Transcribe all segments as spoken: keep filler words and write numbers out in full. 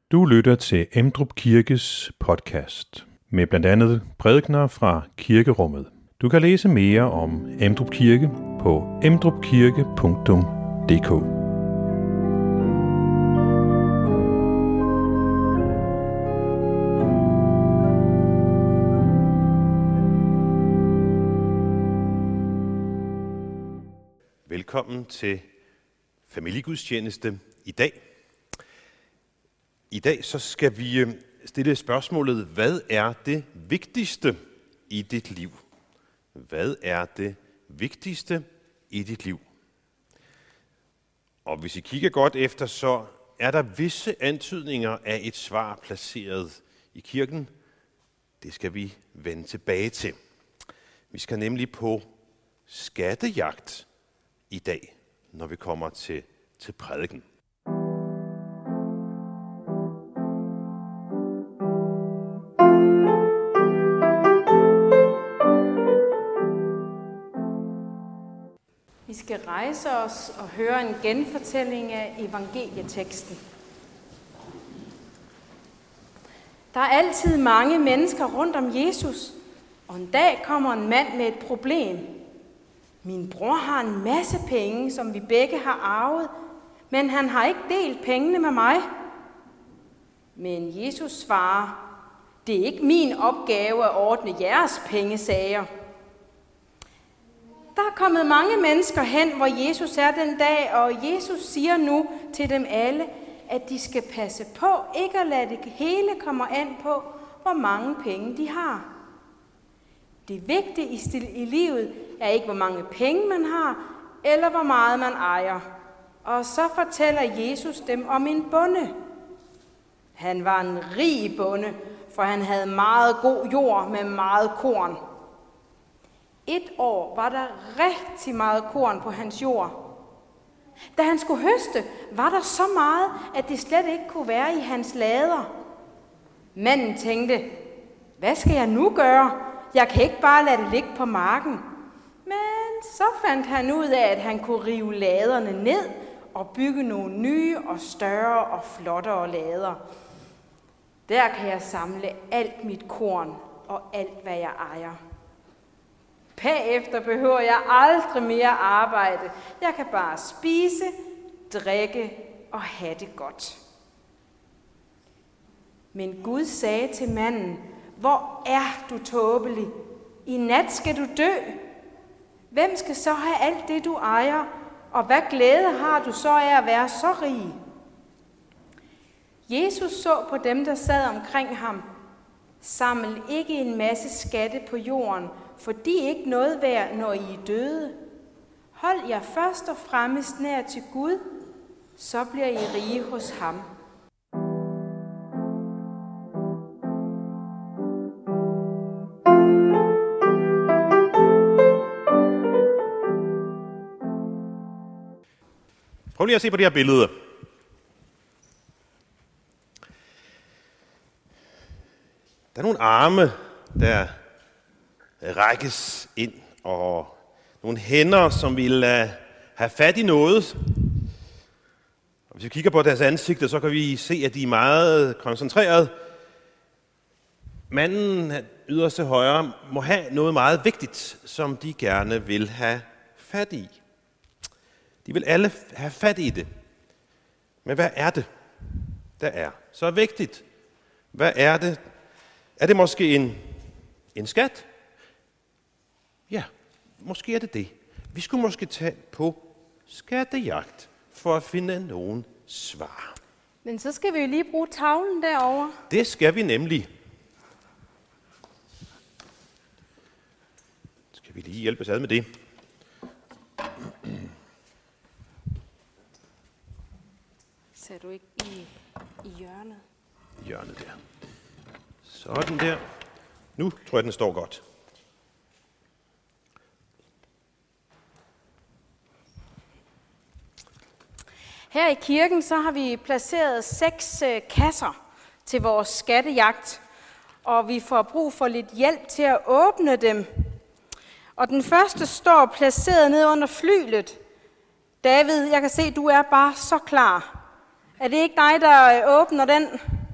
Du lytter til Emdrup Kirkes podcast med blandt andet prædikener fra kirkerummet. Du kan læse mere om Emdrup Kirke på emdrupkirke punktum d k. Velkommen til familiegudstjeneste i dag. I dag så skal vi stille spørgsmålet, hvad er det vigtigste i dit liv? Hvad er det vigtigste i dit liv? Og hvis I kigger godt efter, så er der visse antydninger af et svar placeret i kirken. Det skal vi vende tilbage til. Vi skal nemlig på skattejagt i dag, når vi kommer til, til prædiken. Vi skal rejse os og høre en genfortælling af evangelieteksten. Der er altid mange mennesker rundt om Jesus, og en dag kommer en mand med et problem. Min bror har en masse penge, som vi begge har arvet, men han har ikke delt pengene med mig. Men Jesus svarer, det er ikke min opgave at ordne jeres pengesager. Der er kommet mange mennesker hen, hvor Jesus er den dag, og Jesus siger nu til dem alle, at de skal passe på, ikke at lade det hele komme an på, hvor mange penge de har. Det vigtige i livet er ikke, hvor mange penge man har, eller hvor meget man ejer. Og så fortæller Jesus dem om en bonde. Han var en rig bonde, for han havde meget god jord med meget korn. Et år var der rigtig meget korn på hans jord. Da han skulle høste, var der så meget, at det slet ikke kunne være i hans lader. Manden tænkte, hvad skal jeg nu gøre? Jeg kan ikke bare lade det ligge på marken. Men så fandt han ud af, at han kunne rive laderne ned og bygge nogle nye og større og flottere lader. Der kan jeg samle alt mit korn og alt, hvad jeg ejer. Bagefter behøver jeg aldrig mere arbejde. Jeg kan bare spise, drikke og have det godt. Men Gud sagde til manden, hvor er du tåbelig? I nat skal du dø. Hvem skal så have alt det, du ejer? Og hvad glæde har du så af at være så rig? Jesus så på dem, der sad omkring ham. Saml ikke en masse skatte på jorden, for de er ikke noget værd, når I er døde. Hold jer først og fremmest nær til Gud, så bliver I rige hos ham. Prøv lige at se på det her billede. Der er nogle arme, der rækkes ind, og nogle hænder, som vil have fat i noget. Og hvis vi kigger på deres ansigter, så kan vi se, at de er meget koncentreret. Manden yderst til højre må have noget meget vigtigt, som de gerne vil have fat i. De vil alle have fat i det. Men hvad er det, der er så vigtigt? Hvad er det? Er det måske en, en skat? Ja, måske er det det. Vi skulle måske tage på skattejagt for at finde nogen svar. Men så skal vi jo lige bruge tavlen derovre. Det skal vi nemlig. Skal vi lige hjælpes ad med det? Ser du ikke i, i hjørnet? Hjørnet der. Sådan der. Nu tror jeg, den står godt. Her i kirken så har vi placeret seks øh, kasser til vores skattejagt, og vi får brug for lidt hjælp til at åbne dem. Og den første står placeret ned under flylet. David, jeg kan se, du er bare så klar. Er det ikke dig, der åbner den?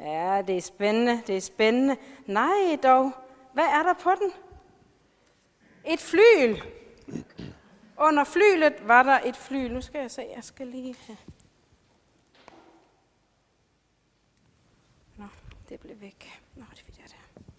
Ja, det er spændende, det er spændende. Nej dog, hvad er der på den? Et flyl. Under flylet var der et flyl. Nu skal jeg se, jeg skal lige have... Nå, det blev væk. Nå, det er der.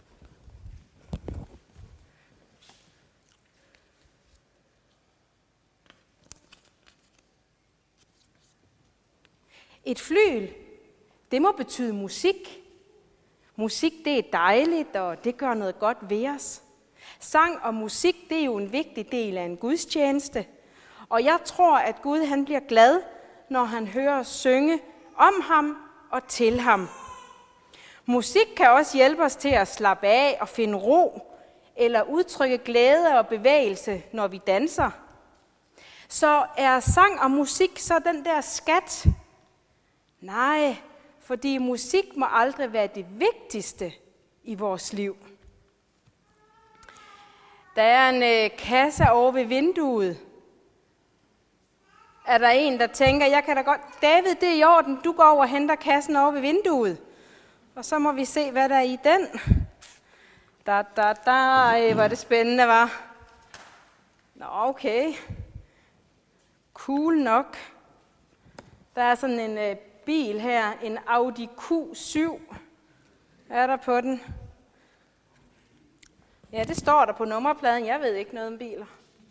Et flyl, det må betyde musik. Musik, det er dejligt, og det gør noget godt ved os. Sang og musik, det er jo en vigtig del af en gudstjeneste. Og jeg tror, at Gud han bliver glad, når han hører os synge om ham og til ham. Musik kan også hjælpe os til at slappe af og finde ro, eller udtrykke glæde og bevægelse, når vi danser. Så er sang og musik så den der skat? Nej, fordi musik må aldrig være det vigtigste i vores liv. Der er en øh, kasse over ved vinduet. Er der en, der tænker, jeg kan da godt... David, det er i orden, du går over og henter kassen over ved vinduet. Og så må vi se, hvad der er i den. Da, da, da, ej, hvor det spændende var. Nå, okay. Cool nok. Der er sådan en øh, bil her, en Audi Q syv. Er der på den? Ja, det står der på nummerpladen. Jeg ved ikke noget om biler.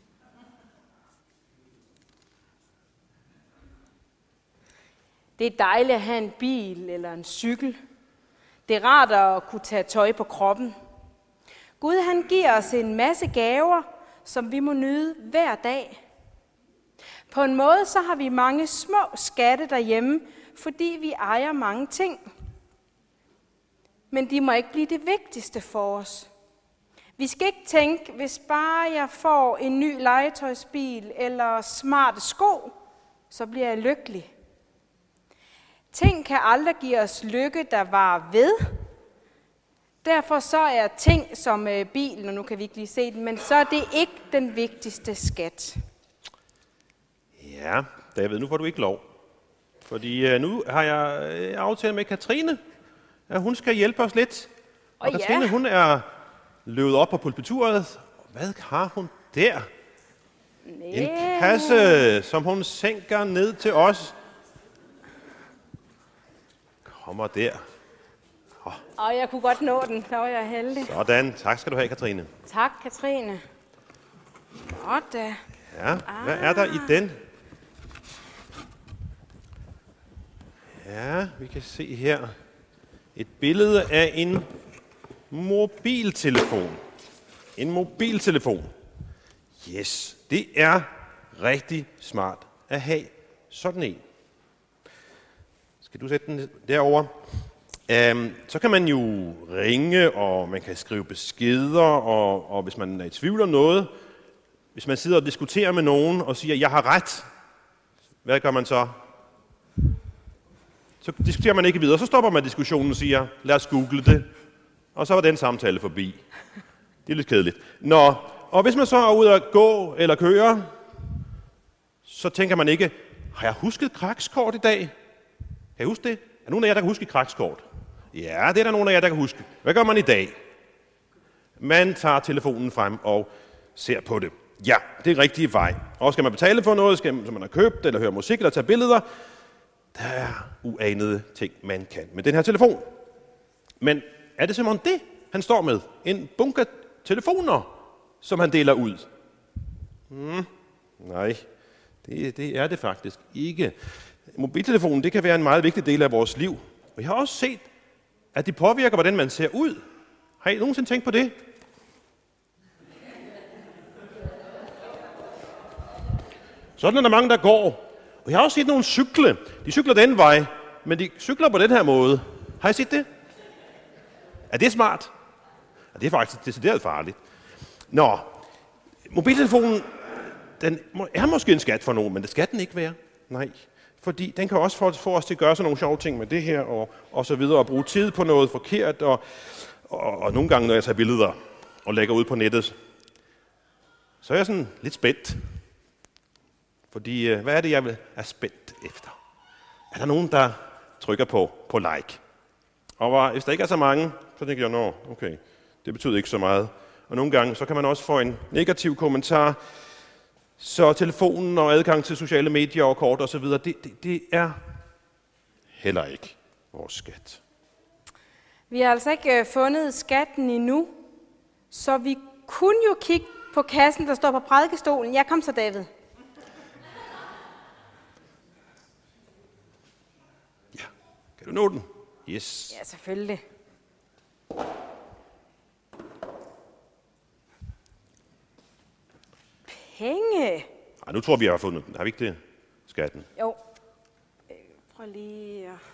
Det er dejligt at have en bil eller en cykel. Det er rart at kunne tage tøj på kroppen. Gud han giver os en masse gaver, som vi må nyde hver dag. På en måde så har vi mange små skatte derhjemme, fordi vi ejer mange ting. Men de må ikke blive det vigtigste for os. Vi skal ikke tænke, hvis bare jeg får en ny legetøjsbil eller smarte sko, så bliver jeg lykkelig. Ting kan aldrig give os lykke, der varer ved. Derfor så er ting som øh, bilen, og nu kan vi ikke lige se den, men så er det ikke den vigtigste skat. Ja, David, nu får du ikke lov. Fordi øh, nu har jeg øh, aftalt med Katrine, at hun skal hjælpe os lidt. Og oh, Katrine, ja. hun er løbet op på pulpituret. Hvad har hun der? Næh. En kasse, som hun sænker ned til os. Kommer der. Og oh, jeg kunne godt nå den, så var jeg heldig. Sådan, tak skal du have, Katrine. Tak, Katrine. Nå da. Ja, hvad er der i den? Ja, vi kan se her et billede af en mobiltelefon. En mobiltelefon. Yes, det er rigtig smart at have sådan en. Skal du sætte den derovre? Um, så kan man jo ringe, og man kan skrive beskeder, og, og hvis man er i tvivl om noget, hvis man sidder og diskuterer med nogen og siger, jeg har ret, hvad gør man så? Så diskuterer man ikke videre, så stopper man diskussionen og siger, lad os google det, og så var den samtale forbi. Det er lidt kedeligt. Nå, og hvis man så er ude at gå eller køre, så tænker man ikke, har jeg husket krakskort i dag? Kan jeg huske det? Er nogen af jer, der kan huske krakskort? Ja, det er der nogen af jer, der kan huske. Hvad gør man i dag? Man tager telefonen frem og ser på det. Ja, det er rigtige vej. Og skal man betale for noget, skal man, som man har købt, eller høre musik, eller tage billeder, der er uanede ting, man kan med den her telefon. Men er det simpelthen det, han står med? En bunke telefoner, som han deler ud? Hmm, nej, det, det er det faktisk ikke. Mobiltelefonen, det kan være en meget vigtig del af vores liv. Og jeg har også set, at det påvirker, hvordan man ser ud. Har I nogensinde tænkt på det? Sådan er der mange, der går. Og jeg har også set nogle cykle. De cykler den vej, men de cykler på den her måde. Har I set det? Er det smart? Ja, det er faktisk decideret farligt. Nå, mobiltelefonen, den er måske en skat for nogen, men det skal den ikke være. Nej, fordi den kan også få, få os til at gøre sådan nogle sjove ting med det her, og, og så videre, og bruge tid på noget forkert, og, og, og nogle gange, når jeg tager billeder og lægger ud på nettet, så er jeg sådan lidt spændt. Fordi, hvad er det, jeg vil er spændt efter? Er der nogen, der trykker på, på like? Og var, hvis der ikke er så mange, så tænker jeg, nå, okay, det betyder ikke så meget. Og nogle gange, så kan man også få en negativ kommentar. Så telefonen og adgang til sociale medier og kort og så videre, det, det, det er heller ikke vores skat. Vi har altså ikke øh, fundet skatten endnu, så vi kunne jo kigge på kassen, der står på prædikestolen. Ja, kom så, David. Ja, kan du nå den? Yes. Ja, selvfølgelig. Penge. Ej, nu tror vi, jeg har fundet den. Har vi ikke det? Skatten. Jo. Øh, prøv lige at...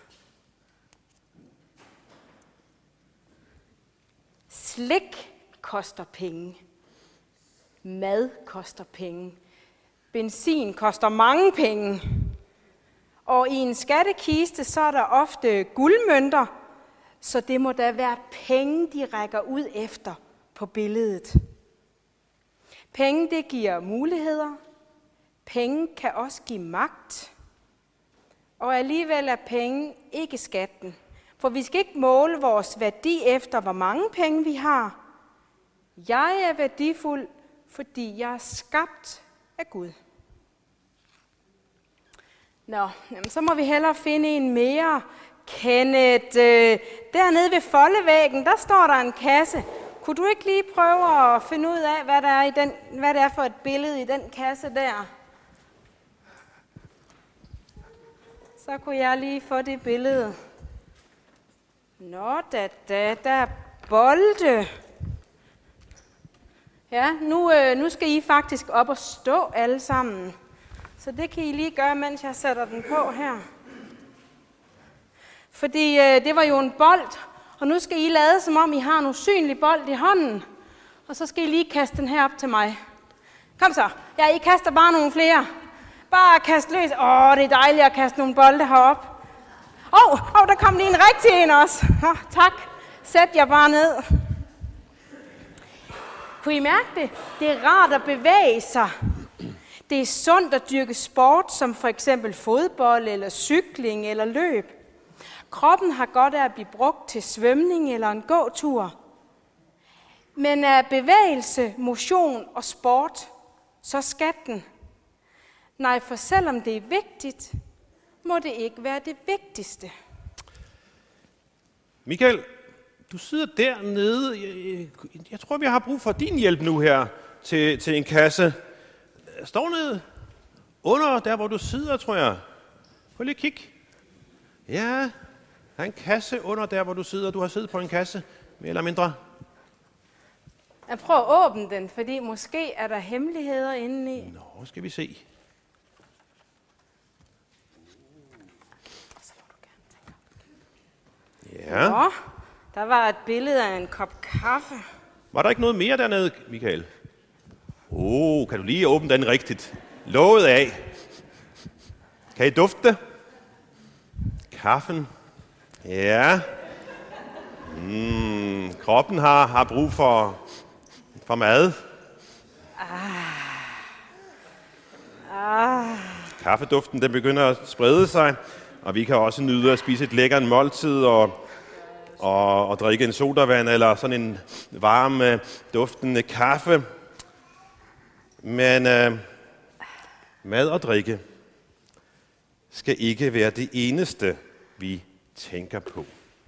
Slik koster penge. Mad koster penge. Benzin koster mange penge. Og i en skattekiste, så er der ofte guldmønter, så det må da være penge, de rækker ud efter på billedet. Penge, det giver muligheder. Penge kan også give magt. Og alligevel er penge ikke skatten. For vi skal ikke måle vores værdi efter, hvor mange penge vi har. Jeg er værdifuld, fordi jeg er skabt af Gud. Nå, jamen, så må vi hellere finde en mere. Kenneth, øh, dernede ved foldevæggen, der står der en kasse. Kunne du ikke lige prøve at finde ud af, hvad, der er i den, hvad det er for et billede i den kasse der? Så kunne jeg lige få det billede. Nå da da, der er bolde. Ja, nu, øh, nu skal I faktisk op og stå alle sammen. Så det kan I lige gøre, mens jeg sætter den på her. Fordi øh, det var jo en bold, og nu skal I lade, som om I har en usynlig bold i hånden. Og så skal I lige kaste den her op til mig. Kom så. Ja, I kaster bare nogle flere. Bare kast løs. Åh, det er dejligt at kaste nogle bolde herop. Åh, oh, oh, der kom lige en rigtig en også. Oh, tak. Sæt jer bare ned. Kunne I mærke det? Det er rart at bevæge sig. Det er sundt at dyrke sport, som for eksempel fodbold, eller cykling, eller løb. Kroppen har godt af at blive brugt til svømning eller en gåtur. Men er bevægelse, motion og sport så skatten? Nej, for selvom det er vigtigt, må det ikke være det vigtigste. Michael, du sidder dernede. Jeg, jeg tror, vi har brug for din hjælp nu her til, til en kasse. Står nede under der, hvor du sidder, tror jeg. Prøv lige at kigge. Ja, der er en kasse under der, hvor du sidder. Du har siddet på en kasse, mere eller mindre. Jeg prøver at åbne den, fordi måske er der hemmeligheder inde i. Nå, skal vi se. Ja. Nå, der var et billede af en kop kaffe. Var der ikke noget mere dernede, Michael? Åh, oh, kan du lige åbne den rigtigt? Låget af. Kan I dufte det? Kaffen. Ja. Mm, kroppen har, har brug for, for mad. Ah. Ah. Kaffeduften den begynder at sprede sig, og vi kan også nyde at spise et lækkert måltid og, og, og drikke en sodavand eller sådan en varm, duftende kaffe. Men øh, mad og drikke skal ikke være det eneste, vi tænker på.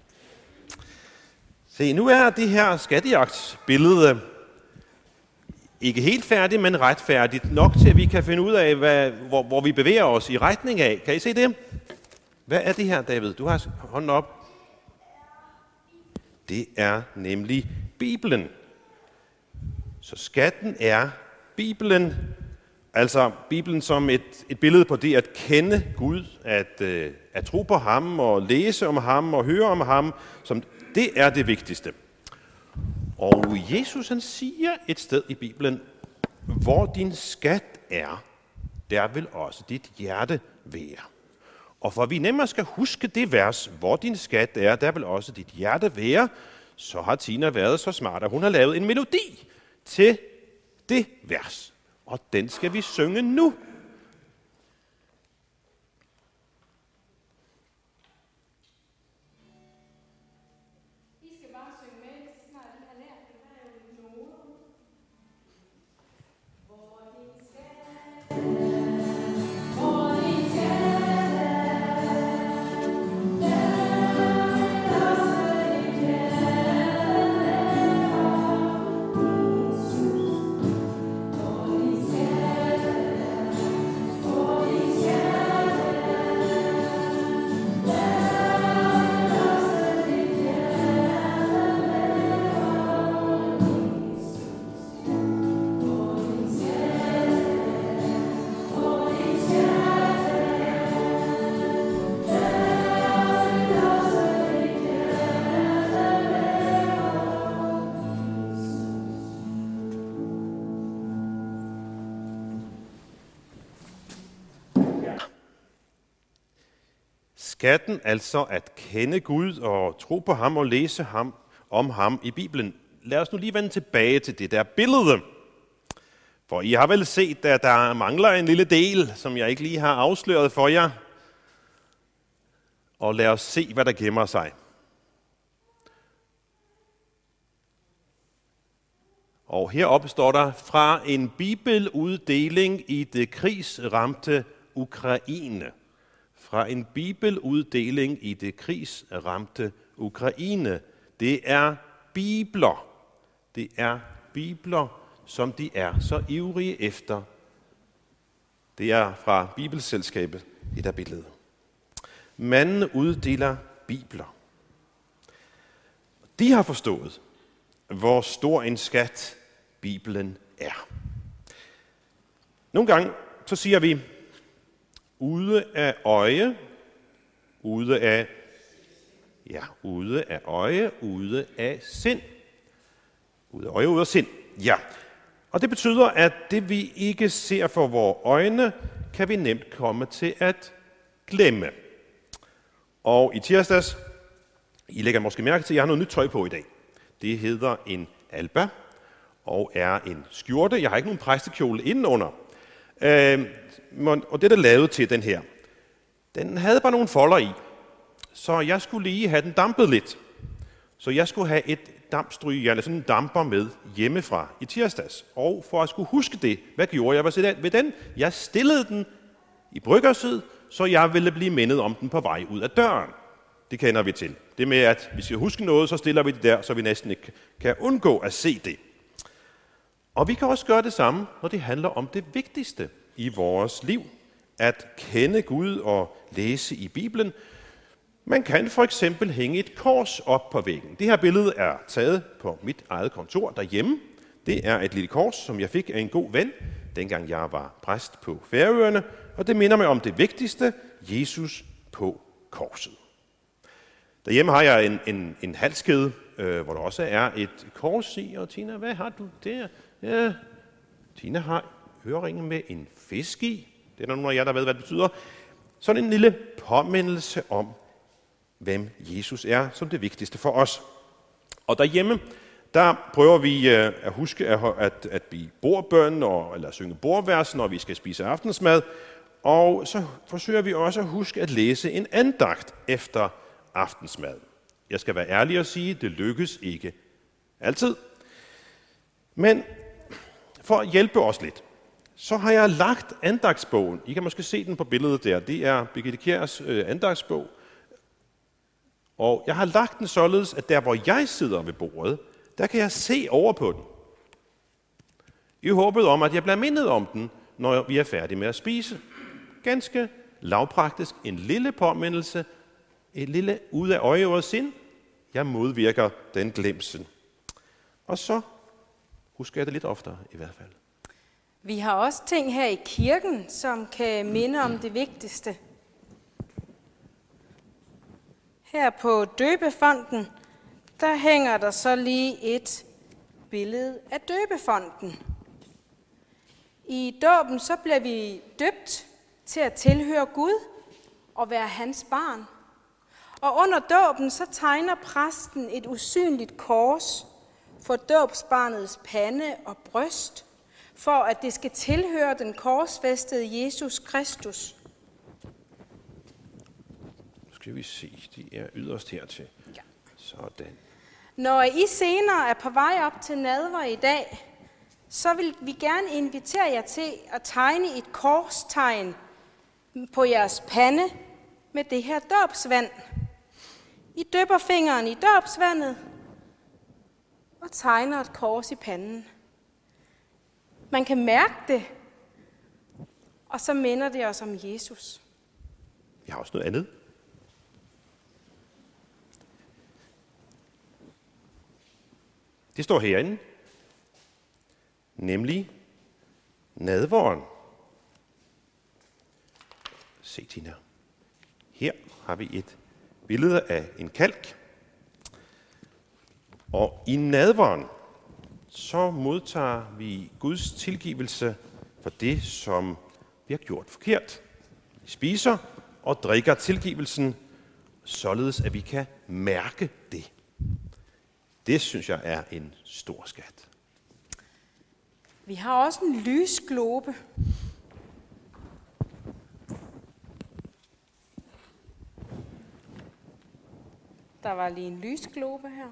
Se, nu er det her skattejagtsbillede ikke helt færdigt, men ret færdigt. Nok til, at vi kan finde ud af, hvad, hvor, hvor vi bevæger os i retning af. Kan I se det? Hvad er det her, David? Du har hånden op. Det er nemlig Bibelen. Så skatten er Bibelen, altså Bibelen som et, et billede på det at kende Gud, at, øh, at tro på ham og læse om ham og høre om ham, som det er det vigtigste. Og Jesus han siger et sted i Bibelen, hvor din skat er, der vil også dit hjerte være. Og for at vi nemmere skal huske det vers, hvor din skat er, der vil også dit hjerte være, så har Tina været så smart, at hun har lavet en melodi til det vers. Og den skal vi synge nu. skatten, altså at kende Gud og tro på ham og læse ham om ham i Bibelen. Lad os nu lige vende tilbage til det der billede. For I har vel set, at der mangler en lille del, som jeg ikke lige har afsløret for jer. Og lad os se, hvad der gemmer sig. Og heroppe står der, fra en bibeluddeling i det krigsramte Ukraine. Fra en bibeluddeling i det krigsramte Ukraine. Det er bibler. Det er bibler, som de er så ivrige efter. Det er fra Bibelselskabet, det der billede. Manden uddeler bibler. De har forstået, hvor stor en skat Bibelen er. Nogle gange så siger vi, ude af øje, ude af, ja, ude af øje, ude af sind. Ude af øje, ude af sind, ja. Og det betyder, at det vi ikke ser for vores øjne, kan vi nemt komme til at glemme. Og i tirsdags, I lægger måske mærke til, at jeg har noget nyt tøj på i dag. Det hedder en alba og er en skjorte. Jeg har ikke nogen præstekjole indenunder. Øh, og det er lavet til den her. Den havde bare nogle folder i, så jeg skulle lige have den dampet lidt. Så jeg skulle have et dampstryg, eller sådan en damper med hjemmefra i tirsdags. Og for at skulle huske det, hvad gjorde jeg ved den? Jeg stillede den i bryggerset, så jeg ville blive mindet om den på vej ud af døren. Det kender vi til. Det med, at hvis vi husker noget, så stiller vi det der, så vi næsten ikke kan undgå at se det. Og vi kan også gøre det samme, når det handler om det vigtigste i vores liv. At kende Gud og læse i Bibelen. Man kan for eksempel hænge et kors op på væggen. Det her billede er taget på mit eget kontor derhjemme. Det er et lille kors, som jeg fik af en god ven, dengang jeg var præst på Færøerne. Og det minder mig om det vigtigste, Jesus på korset. Derhjemme har jeg en, en, en halskæde, øh, hvor der også er et kors i. Og Tina, hvad har du der? Ja, Tina har øreringen med en fisk i. Det er der nogle af jer, der ved, hvad det betyder. Sådan en lille påmindelse om, hvem Jesus er, som det vigtigste for os. Og derhjemme, der prøver vi at huske at, at, at blive bordbøn, og, eller synge bordvers, når vi skal spise aftensmad. Og så forsøger vi også at huske at læse en andagt efter aftensmad. Jeg skal være ærlig og sige, det lykkes ikke altid. Men for at hjælpe os lidt, så har jeg lagt andagtsbogen. I kan måske se den på billedet der. Det er Birgitte Kjærs øh, andagtsbog. Og jeg har lagt den således, at der hvor jeg sidder ved bordet, der kan jeg se over på den. I håbet om, at jeg bliver mindet om den, når vi er færdige med at spise. Ganske lavpraktisk, en lille påmindelse, et lille ud af øje og sind. Jeg modvirker den glemsel. Og så husker jeg det lidt oftere i hvert fald. Vi har også ting her i kirken, som kan minde om det vigtigste. Her på døbefonten, der hænger der så lige et billede af døbefonten. I dåben så bliver vi døbt til at tilhøre Gud og være hans barn. Og under dåben så tegner præsten et usynligt kors for dåbsbarnets pande og bryst, for at det skal tilhøre den korsfæstede Jesus Kristus. Nu skal vi se, de er yderst hertil. Ja. Sådan. Når I senere er på vej op til nadver i dag, så vil vi gerne invitere jer til at tegne et korstegn på jeres pande med det her dåbsvand. I dypper fingeren i dåbsvandet og tegner et kors i panden. Man kan mærke det, og så minder det os om Jesus. Jeg har også noget andet. Det står herinde, nemlig nadveren. Se, Tina. Her har vi et billede af en kalk. Og i nadveren, så modtager vi Guds tilgivelse for det, som vi har gjort forkert. Vi spiser og drikker tilgivelsen således at vi kan mærke det. Det synes jeg er en stor skat. Vi har også en lysglobe. Der var lige en lysglobe her.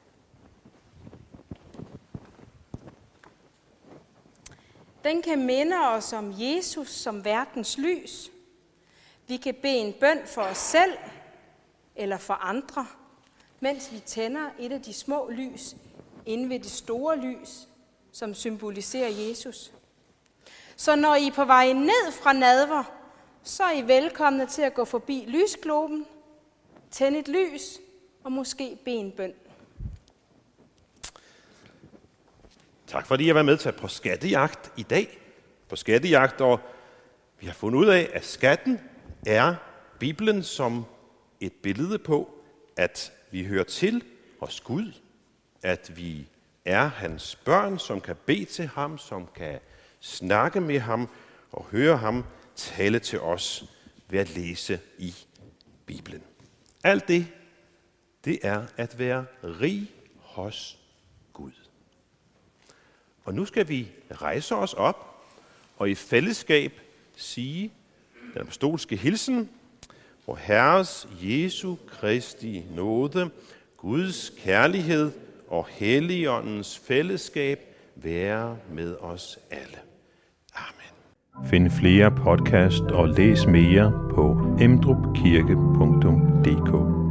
Den kan minde os om Jesus som verdens lys. Vi kan bede en bøn for os selv eller for andre, mens vi tænder et af de små lys inde ved det store lys, som symboliserer Jesus. Så når I er på vej ned fra nadver, så er I velkomne til at gå forbi lysgloben, tænde et lys og måske bede en bøn. Tak fordi jeg var med til på skattejagt i dag. På skattejagt, og vi har fundet ud af, at skatten er Bibelen som et billede på, at vi hører til hos Gud, at vi er hans børn, som kan bede til ham, som kan snakke med ham og høre ham tale til os ved at læse i Bibelen. Alt det, det er at være rig hos Gud. Og nu skal vi rejse os op og i fællesskab sige den apostolske hilsen, hvor Herres Jesu Kristi nåde, Guds kærlighed og Helligåndens fællesskab være med os alle. Amen. Find flere podcast og læs mere på emdrupkirke punktum d k.